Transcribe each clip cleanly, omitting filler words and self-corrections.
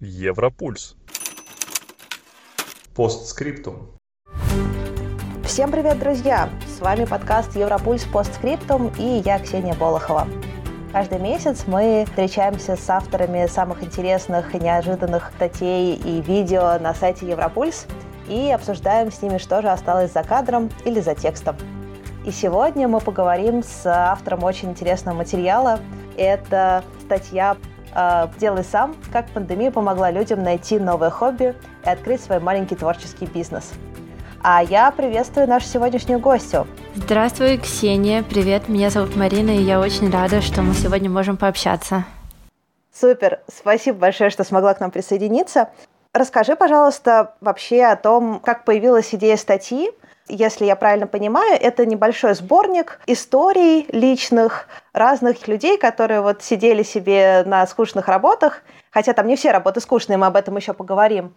Европульс. Постскриптум. Всем привет, друзья! С вами подкаст Европульс Постскриптум и я, Ксения Болохова. Каждый месяц мы встречаемся с авторами самых интересных и неожиданных статей и видео на сайте Европульс и обсуждаем с ними, что же осталось за кадром или за текстом. И сегодня мы поговорим с автором очень интересного материала. Это статья «Делай сам. Как пандемия помогла людям найти новое хобби и открыть свой маленький творческий бизнес». А я приветствую нашу сегодняшнюю гостью. Здравствуй, Ксения. Привет, меня зовут Марина, и я очень рада, что мы сегодня можем пообщаться. Супер. Спасибо большое, что смогла к нам присоединиться. Расскажи, пожалуйста, вообще о том, как появилась идея статьи. Если я правильно понимаю, это небольшой сборник историй личных разных людей, которые вот сидели себе на скучных работах, хотя там не все работы скучные, мы об этом еще поговорим.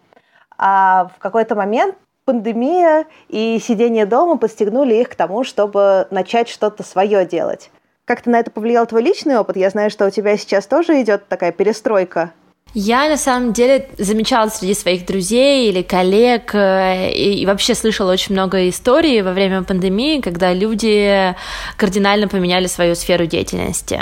А в какой-то момент пандемия и сидение дома подстегнули их к тому, чтобы начать что-то свое делать. Как-то на это повлиял твой личный опыт? Я знаю, что у тебя сейчас тоже идет такая перестройка. Я, на самом деле, замечала среди своих друзей или коллег и вообще слышала очень много историй во время пандемии, когда люди кардинально поменяли свою сферу деятельности.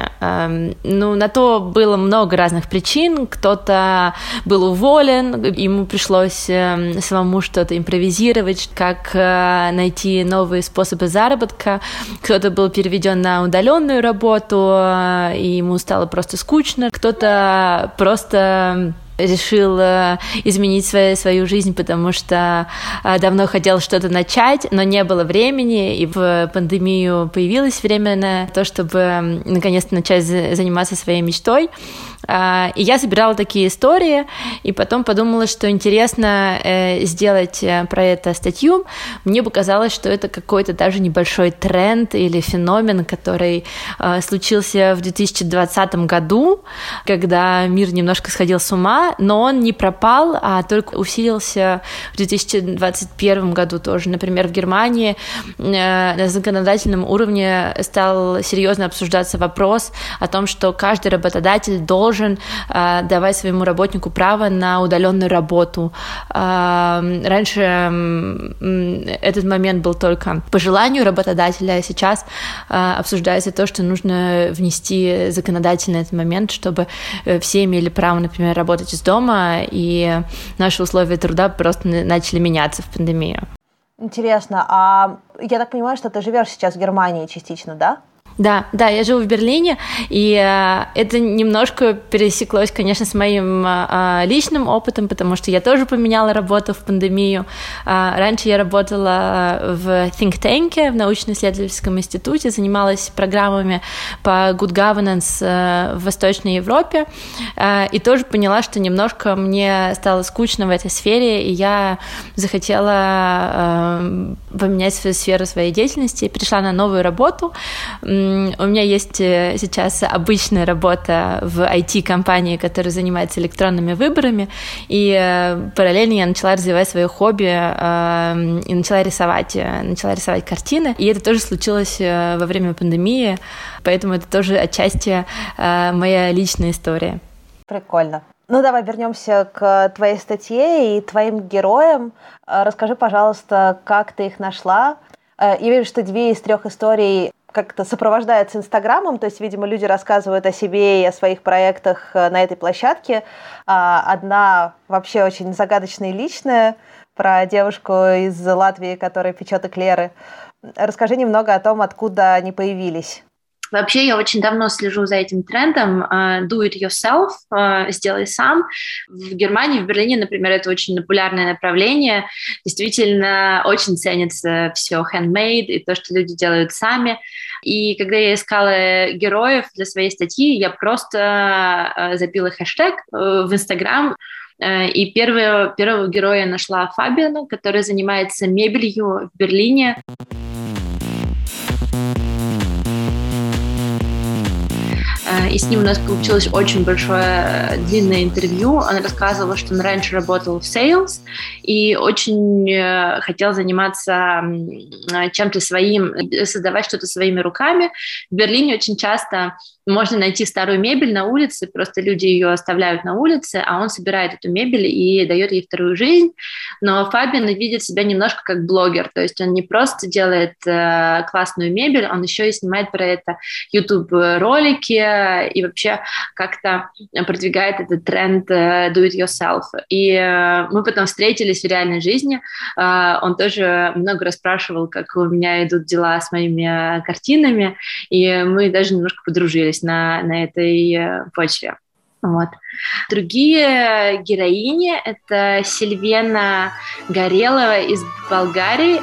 На то было много разных причин. Кто-то был уволен, ему пришлось самому что-то импровизировать, как найти новые способы заработка. Кто-то был переведен на удаленную работу, и ему стало просто скучно. Кто-то просто решил изменить свою жизнь, потому что давно хотел что-то начать, но не было времени, и в пандемию появилось время на то, чтобы наконец-то начать заниматься своей мечтой. И я собирала такие истории, и потом подумала, что интересно сделать про это статью. Мне показалось, что это какой-то даже небольшой тренд или феномен, который случился в 2020 году, когда мир немножко сходил с ума, но он не пропал, а только усилился в 2021 году тоже. Например, в Германии на законодательном уровне стал серьезно обсуждаться вопрос о том, что каждый работодатель должен давать своему работнику право на удаленную работу. Раньше этот момент был только по желанию работодателя, а сейчас обсуждается то, что нужно внести законодательно этот момент, чтобы все имели право, например, работать из дома, и наши условия труда просто начали меняться в пандемию. Интересно, а я так понимаю, что ты живешь сейчас в Германии частично, да? Да, я живу в Берлине, и это немножко пересеклось, конечно, с моим личным опытом, потому что я тоже поменяла работу в пандемию. Раньше я работала в think tank, в научно-исследовательском институте, занималась программами по good governance в Восточной Европе, и тоже поняла, что немножко мне стало скучно в этой сфере, и я захотела поменять свою сферу своей деятельности, и пришла на новую работу. У меня есть сейчас обычная работа в IT-компании, которая занимается электронными выборами, и параллельно я начала развивать свое хобби и начала рисовать картины, и это тоже случилось во время пандемии, поэтому это тоже отчасти моя личная история. Прикольно. Давай вернемся к твоей статье и твоим героям. Расскажи, пожалуйста, как ты их нашла. Я вижу, что 2 из 3 историй как-то сопровождается Инстаграмом, то есть, видимо, люди рассказывают о себе и о своих проектах на этой площадке. Одна вообще очень загадочная и личная, про девушку из Латвии, которая печет эклеры. Расскажи немного о том, откуда они появились. Вообще, я очень давно слежу за этим трендом do it yourself, сделай сам. В Германии, в Берлине, например, это очень популярное направление. Действительно, очень ценится все handmade и то, что люди делают сами. И когда я искала героев для своей статьи, я просто забила хэштег в Инстаграм, и первого героя нашла Фабиана, который занимается мебелью в и с ним у нас получилось очень большое длинное интервью. Он рассказывал, что он раньше работал в sales и очень хотел заниматься чем-то своим, создавать что-то своими руками. В Берлине очень часто можно найти старую мебель на улице, просто люди ее оставляют на улице, а он собирает эту мебель и дает ей вторую жизнь. Но Фабиан видит себя немножко как блогер, то есть он не просто делает классную мебель, он еще и снимает про это YouTube-ролики и вообще как-то продвигает этот тренд do it yourself. И мы потом встретились в реальной жизни, он тоже много расспрашивал, как у меня идут дела с моими картинами, и мы даже немножко подружились на этой почве. Вот. Другие героини — это Сильвена Горелова из Болгарии.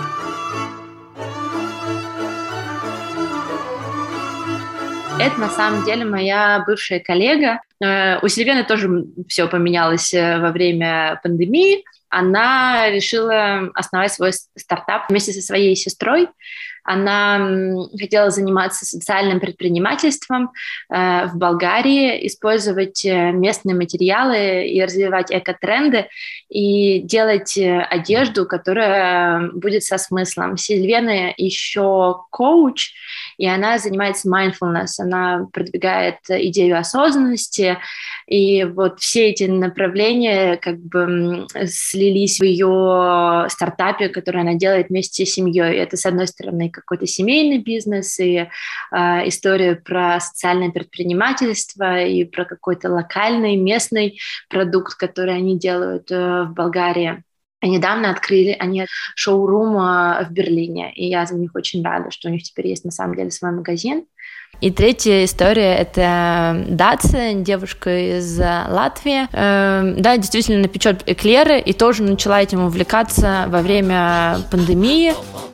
Это на самом деле моя бывшая коллега. У Сильвены тоже все поменялось во время пандемии. Она решила основать свой стартап вместе со своей сестрой. Она хотела заниматься социальным предпринимательством в Болгарии, использовать местные материалы и развивать экотренды и делать одежду, которая будет со смыслом. Сильвена еще коуч, и она занимается mindfulness, она продвигает идею осознанности, и вот все эти направления как бы слились в ее стартапе, который она делает вместе с семьей. Это, с одной стороны, какой-то семейный бизнес и история про социальное предпринимательство и про какой-то локальный, местный продукт, который они делают в Болгарии. Недавно открыли они шоурум в Берлине, и я за них очень рада, что у них теперь есть на самом деле свой магазин. И третья история — это Даца, девушка из Латвии. Да, действительно, она печет эклеры и тоже начала этим увлекаться во время пандемии.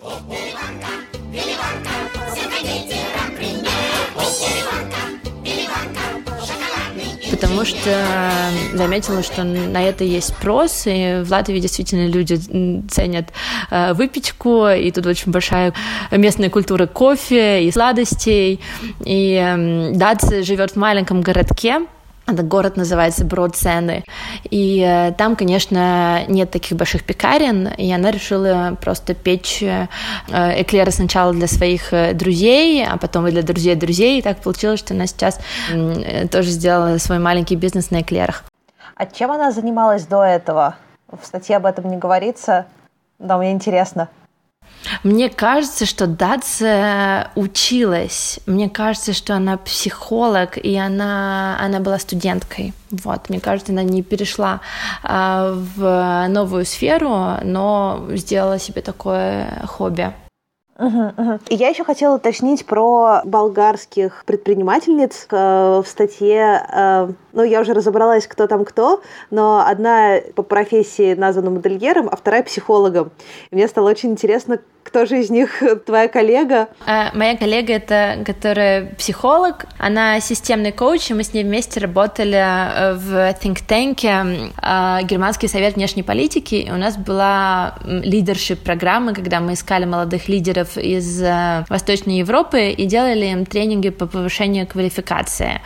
Потому что заметила, что на это есть спрос, и в Латвии действительно люди ценят выпечку, и тут очень большая местная культура кофе и сладостей. И Даца живет в маленьком городке. Этот город называется Бродсены, и там, конечно, нет таких больших пекарен, и она решила просто печь эклеры сначала для своих друзей, а потом и для друзей, и так получилось, что она сейчас тоже сделала свой маленький бизнес на эклерах. А чем она занималась до этого? В статье об этом не говорится, но мне интересно. Мне кажется, что Даца училась. Мне кажется, что она психолог, и она была студенткой. Вот. Мне кажется, она не перешла в новую сферу, но сделала себе такое хобби. И я еще хотела уточнить про болгарских предпринимательниц в статье. Ну, я уже разобралась, кто там кто, но одна по профессии названа модельером, а вторая психологом. И мне стало очень интересно, кто же из них твоя коллега? Моя коллега — это которая психолог, она системный коуч, и мы с ней вместе работали в think tank Германский совет внешней политики, и у нас была лидершип-программа, когда мы искали молодых лидеров из Восточной Европы и делали им тренинги по повышению квалификации.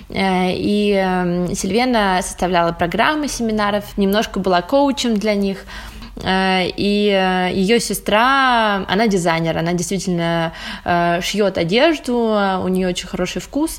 И Сильвена составляла программы семинаров, немножко была коучем для них. И ее сестра, она дизайнер, она действительно шьет одежду, у нее очень хороший вкус,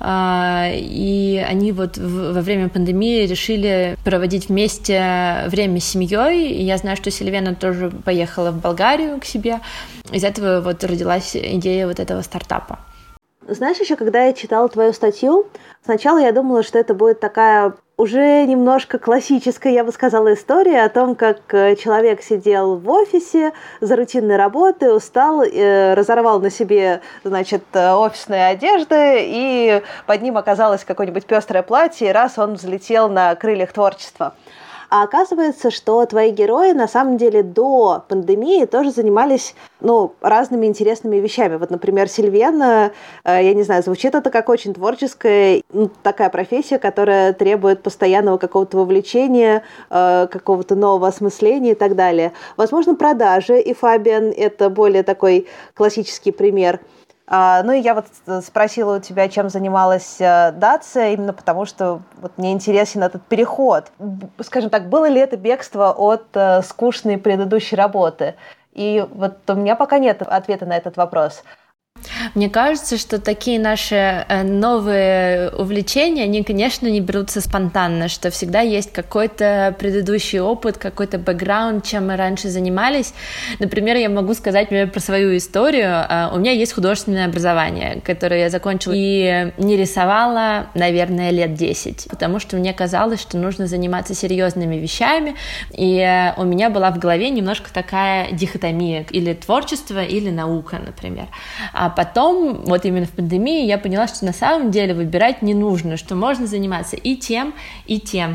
и они вот во время пандемии решили проводить вместе время с семьей, и я знаю, что Сильвена тоже поехала в Болгарию к себе, из этого вот родилась идея вот этого стартапа. Знаешь, еще когда я читала твою статью, сначала я думала, что это будет такая уже немножко классическая, я бы сказала, история о том, как человек сидел в офисе за рутинной работой, устал, разорвал на себе, значит, офисные одежды, и под ним оказалось какое-нибудь пестрое платье, и раз он взлетел на крыльях творчества. А оказывается, что твои герои на самом деле до пандемии тоже занимались, разными интересными вещами. Вот, например, Сильвена, я не знаю, звучит это как очень творческая, такая профессия, которая требует постоянного какого-то вовлечения, какого-то нового осмысления и так далее. Возможно, продажи, и Фабиан — это более такой классический пример. Ну и я вот спросила у тебя, чем занималась Дация, именно потому что вот мне интересен этот переход. Скажем так, было ли это бегство от скучной предыдущей работы? И вот у меня пока нет ответа на этот вопрос. Мне кажется, что такие наши новые увлечения, они, конечно, не берутся спонтанно, что всегда есть какой-то предыдущий опыт, какой-то бэкграунд, чем мы раньше занимались. Например, я могу сказать про свою историю. У меня есть художественное образование, которое я закончила и не рисовала, наверное, лет 10, потому что мне казалось, что нужно заниматься серьезными вещами, и у меня была в голове немножко такая дихотомия, или творчество, или наука, например. А потом, вот именно в пандемии, я поняла, что на самом деле выбирать не нужно, что можно заниматься и тем, и тем.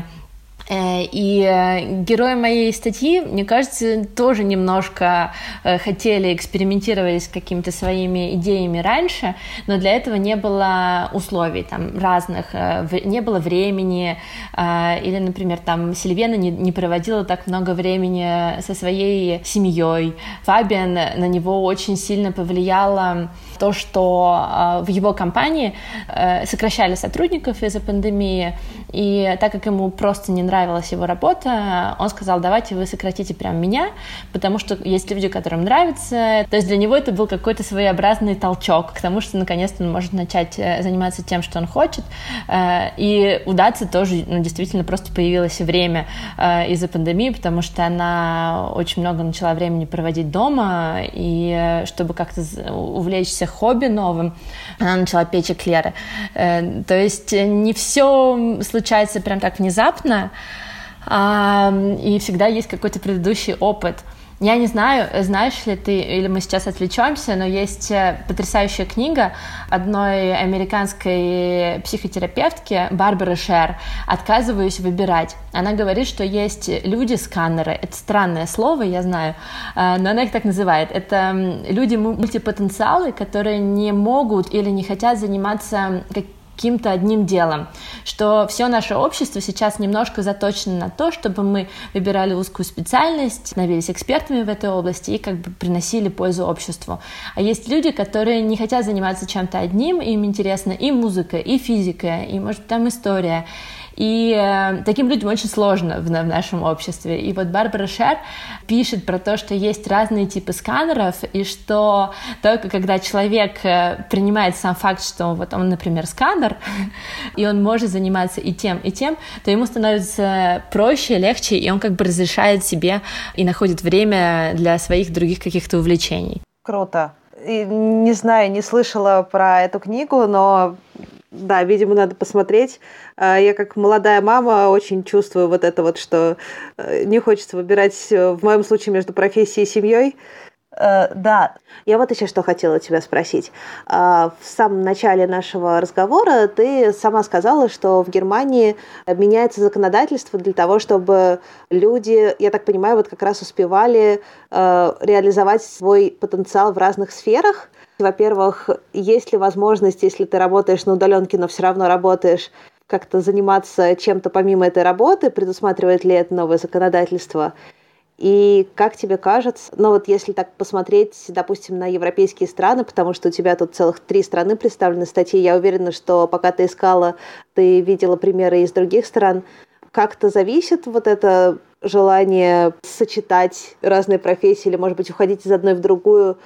И герои моей статьи, мне кажется, тоже немножко хотели экспериментировать с какими-то своими идеями раньше, но для этого не было условий там разных, не было времени, или, например, там Сильвена не проводила так много времени со своей семьей. Фабиан, на него очень сильно повлияло то, что в его компании сокращали сотрудников из-за пандемии, и так как ему просто не нравилась его работа, он сказал: давайте вы сократите прям меня, потому что есть люди, которым нравится. То есть для него это был какой-то своеобразный толчок к тому, что наконец-то он может начать заниматься тем, что он хочет. И у Дации тоже действительно просто появилось время из-за пандемии, потому что она очень много начала времени проводить дома, и чтобы как-то увлечься хобби новым, она начала печь эклеры. То есть не все случается прям так внезапно, и всегда есть какой-то предыдущий опыт. Я не знаю, знаешь ли ты, или мы сейчас отвлечемся, но есть потрясающая книга одной американской психотерапевтки Барбары Шер «Отказываюсь выбирать». Она говорит, что есть люди-сканеры. Это странное слово, я знаю, но она их так называет. Это люди-мультипотенциалы, которые не могут или не хотят заниматься каким-то одним делом, что все наше общество сейчас немножко заточено на то, чтобы мы выбирали узкую специальность, становились экспертами в этой области и как бы приносили пользу обществу. А есть люди, которые не хотят заниматься чем-то одним, им интересна и музыка, и физика, и, может, там история. И таким людям очень сложно в нашем обществе. И вот Барбара Шер пишет про то, что есть разные типы сканеров, и что только когда человек принимает сам факт, что вот он, например, сканер, и он может заниматься и тем, то ему становится проще, легче, и он как бы разрешает себе и находит время для своих других каких-то увлечений. Круто. И, не знаю, не слышала про эту книгу, но да, видимо, надо посмотреть. Я как молодая мама очень чувствую вот это вот, что не хочется выбирать, в моем случае, между профессией и семьей. Да, я вот еще что хотела тебя спросить. В самом начале нашего разговора ты сама сказала, что в Германии меняется законодательство для того, чтобы люди, я так понимаю, вот как раз успевали реализовать свой потенциал в разных сферах. Во-первых, есть ли возможность, если ты работаешь на удаленке, но все равно работаешь, как-то заниматься чем-то помимо этой работы? Предусматривает ли это новое законодательство? И как тебе кажется, ну вот если так посмотреть, допустим, на европейские страны, потому что у тебя тут целых 3 страны представлены в статье, я уверена, что пока ты искала, ты видела примеры из других стран. Как-то зависит вот это желание сочетать разные профессии или, может быть, уходить из одной в другую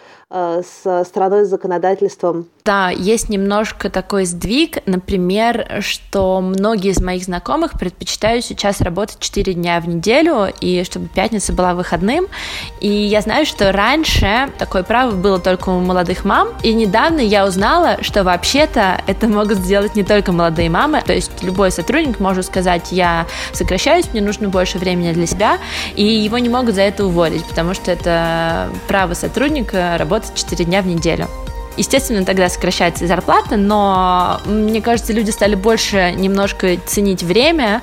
с страной, с законодательством? Да, есть немножко такой сдвиг, например, что многие из моих знакомых предпочитают сейчас работать 4 дня в неделю, и чтобы пятница была выходным. И я знаю, что раньше такое право было только у молодых мам, и недавно я узнала, что вообще-то это могут сделать не только молодые мамы, то есть любой сотрудник может сказать: я сокращаюсь, мне нужно больше времени для себя, и его не могут за это уволить, потому что это право сотрудника работать 4 дня в неделю. Естественно, тогда сокращается зарплата, но, мне кажется, люди стали больше немножко ценить время,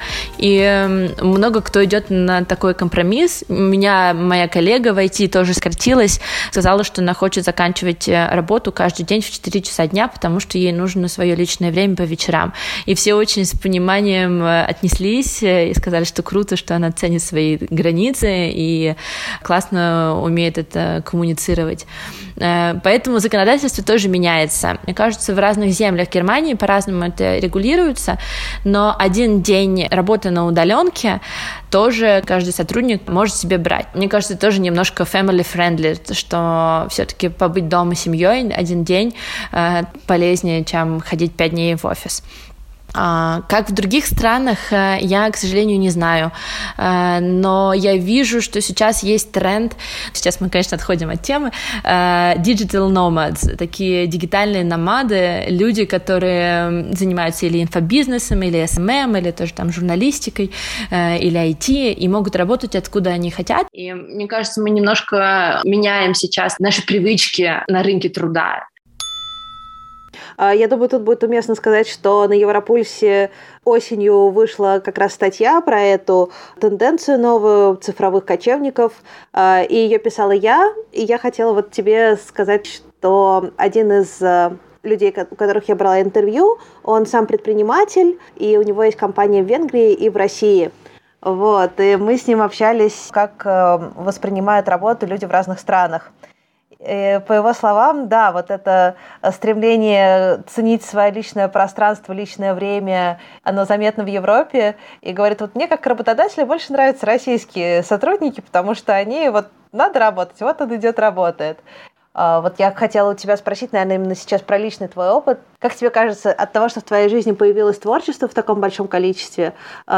и много кто идет на такой компромисс. У меня моя коллега в IT тоже сократилась, сказала, что она хочет заканчивать работу каждый день в 4 часа дня, потому что ей нужно свое личное время по вечерам. И все очень с пониманием отнеслись и сказали, что круто, что она ценит свои границы и классно умеет это коммуницировать. Поэтому законодательство тоже меняется. Мне кажется, в разных землях Германии по-разному это регулируется, но один день работы на удаленке тоже каждый сотрудник может себе брать. Мне кажется, это тоже немножко family-friendly, что все-таки побыть дома с семьей один день полезнее, чем ходить 5 дней в офис. Как в других странах, я, к сожалению, не знаю, но я вижу, что сейчас есть тренд, сейчас мы, конечно, отходим от темы, digital nomads, такие дигитальные номады, люди, которые занимаются или инфобизнесом, или SMM, или тоже там журналистикой, или IT, и могут работать откуда они хотят. И мне кажется, мы немножко меняем сейчас наши привычки на рынке труда. Я думаю, тут будет уместно сказать, что на Европульсе осенью вышла как раз статья про эту тенденцию новую цифровых кочевников, и ее писала я, и я хотела вот тебе сказать, что один из людей, у которых я брала интервью, он сам предприниматель, и у него есть компания в Венгрии и в России. Вот, и мы с ним общались, как воспринимают работу люди в разных странах. И по его словам, да, вот это стремление ценить свое личное пространство, личное время, оно заметно в Европе. И говорит, вот мне как работодателю больше нравятся российские сотрудники, потому что они вот надо работать, вот он идет, работает. Вот я хотела у тебя спросить, наверное, именно сейчас про личный твой опыт. Как тебе кажется, от того, что в твоей жизни появилось творчество в таком большом количестве,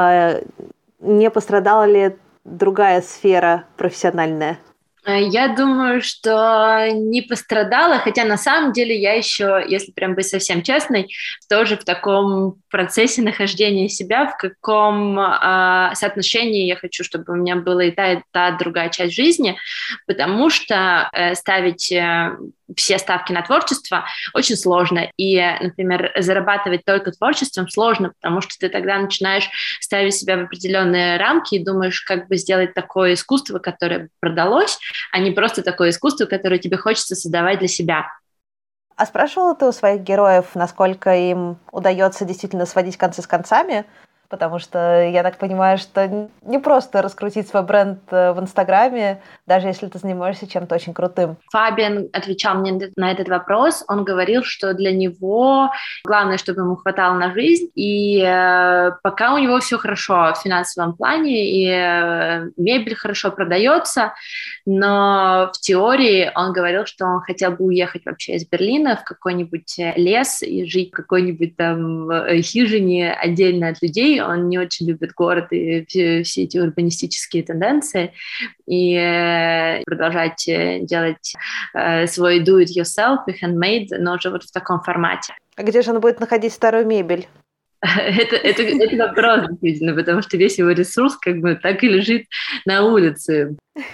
не пострадала ли другая сфера профессиональная? Я думаю, что не пострадала, хотя на самом деле я еще, если прям быть совсем честной, тоже в таком процессе нахождения себя, в каком соотношении я хочу, чтобы у меня была и та другая часть жизни, потому что ставить все ставки на творчество очень сложно. И, например, зарабатывать только творчеством сложно, потому что ты тогда начинаешь ставить себя в определенные рамки и думаешь, как бы сделать такое искусство, которое продалось, а не просто такое искусство, которое тебе хочется создавать для себя. А спрашивала ты у своих героев, насколько им удается действительно сводить концы с концами? Потому что я так понимаю, что не просто раскрутить свой бренд в Инстаграме, даже если ты занимаешься чем-то очень крутым. Фабиан отвечал мне на этот вопрос. Он говорил, что для него главное, чтобы ему хватало на жизнь. И пока у него все хорошо в финансовом плане, и мебель хорошо продается, но в теории он говорил, что он хотел бы уехать вообще из Берлина в какой-нибудь лес и жить в какой-нибудь там хижине отдельно от людей. Он не очень любит город и все эти урбанистические тенденции, и продолжать делать свой do-it-yourself и handmade, но уже вот в таком формате. А где же он будет находить старую мебель? Это вопрос, действительно, потому что весь его ресурс как бы так и лежит на улице.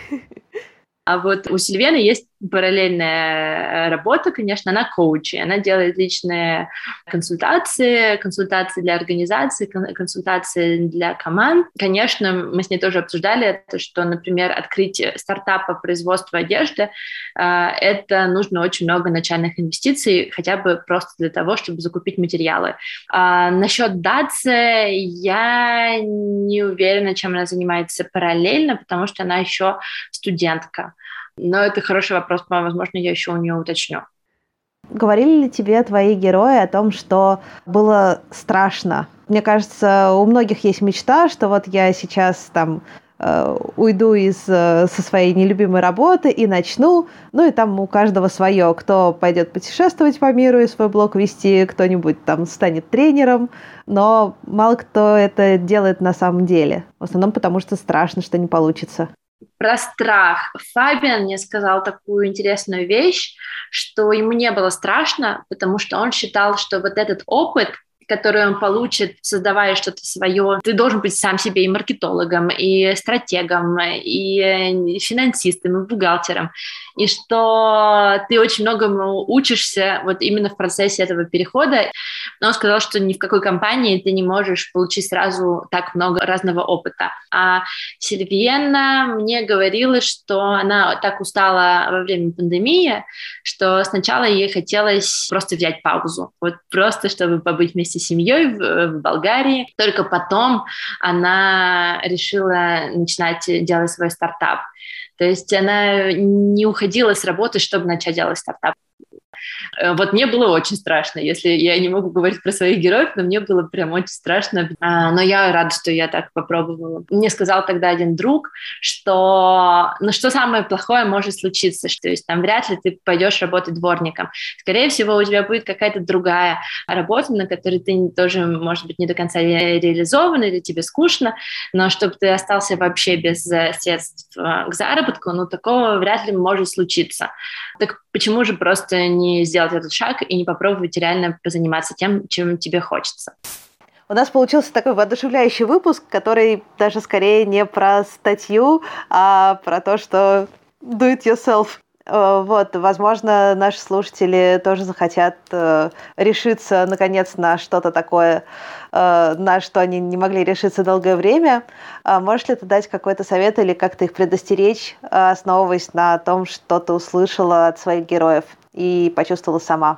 А вот у Сильвены есть параллельная работа, конечно, она коуч, она делает личные консультации для организаций, консультации для команд. Конечно, мы с ней тоже обсуждали это, что, например, открыть стартап по производству одежды, это нужно очень много начальных инвестиций, хотя бы просто для того, чтобы закупить материалы. Насчет Датсы я не уверена, чем она занимается параллельно, потому что она еще студентка. Но это хороший вопрос, возможно, я еще у нее уточню. Говорили ли тебе твои герои о том, что было страшно? Мне кажется, у многих есть мечта, что вот я сейчас там уйду со своей нелюбимой работы и начну, ну и там у каждого свое, кто пойдет путешествовать по миру и свой блог вести, кто-нибудь там станет тренером, но мало кто это делает на самом деле, в основном потому что страшно, что не получится. Про страх. Фабиан мне сказал такую интересную вещь, что ему не было страшно, потому что он считал, что вот этот опыт, который он получит, создавая что-то свое, ты должен быть сам себе и маркетологом, и стратегом, и финансистом, и бухгалтером, и что ты очень многому учишься вот именно в процессе этого перехода. Но он сказал, что ни в какой компании ты не можешь получить сразу так много разного опыта. А Сильвена мне говорила, что она так устала во время пандемии, что сначала ей хотелось просто взять паузу, вот просто чтобы побыть вместе с семьей в Болгарии. Только потом она решила начинать делать свой стартап. То есть она не уходила с работы, чтобы начать делать стартап. Вот мне было очень страшно, если я не могу говорить про своих героев, но мне было прям очень страшно. Но я рада, что я так попробовала. Мне сказал тогда один друг, что самое плохое может случиться, то есть там вряд ли ты пойдешь работать дворником. Скорее всего, у тебя будет какая-то другая работа, на которой ты тоже, может быть, не до конца реализован, или тебе скучно, но чтобы ты остался вообще без средств к заработку, такого вряд ли может случиться. Так почему же просто не сделать этот шаг и не попробовать реально позаниматься тем, чем тебе хочется? У нас получился такой воодушевляющий выпуск, который даже скорее не про статью, а про то, что do it yourself. Вот, возможно, наши слушатели тоже захотят решиться, наконец, на что-то такое, на что они не могли решиться долгое время. Можешь ли ты дать какой-то совет или как-то их предостеречь, основываясь на том, что ты услышала от своих героев и почувствовала сама?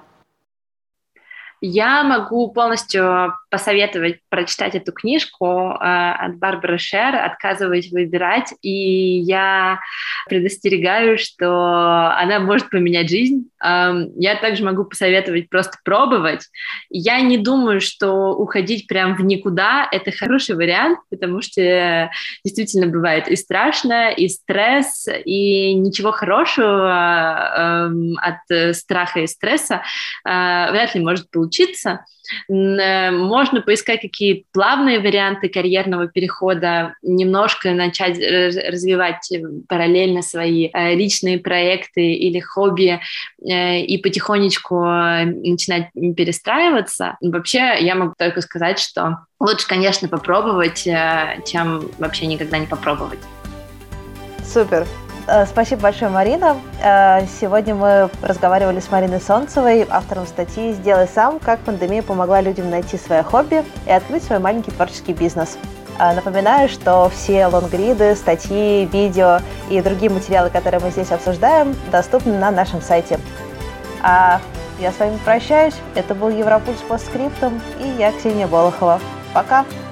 Я могу полностью посоветовать прочитать эту книжку от Барбары Шер «Отказывать выбирать», и я предостерегаю, что она может поменять жизнь. Я также могу посоветовать просто пробовать. Я не думаю, что уходить прям в никуда – это хороший вариант, потому что действительно бывает и страшно, и стресс, и ничего хорошего от страха и стресса вряд ли может получиться. Можно поискать какие-то плавные варианты карьерного перехода, немножко начать развивать параллельно свои личные проекты или хобби и потихонечку начинать перестраиваться. Вообще, я могу только сказать, что лучше, конечно, попробовать, чем вообще никогда не попробовать. Супер. Спасибо большое, Марина. Сегодня мы разговаривали с Мариной Солнцевой, автором статьи «Сделай сам. Как пандемия помогла людям найти свое хобби и открыть свой маленький творческий бизнес». Напоминаю, что все лонгриды, статьи, видео и другие материалы, которые мы здесь обсуждаем, доступны на нашем сайте. А я с вами прощаюсь. Это был Европульс постскриптум, и я, Ксения Болохова. Пока!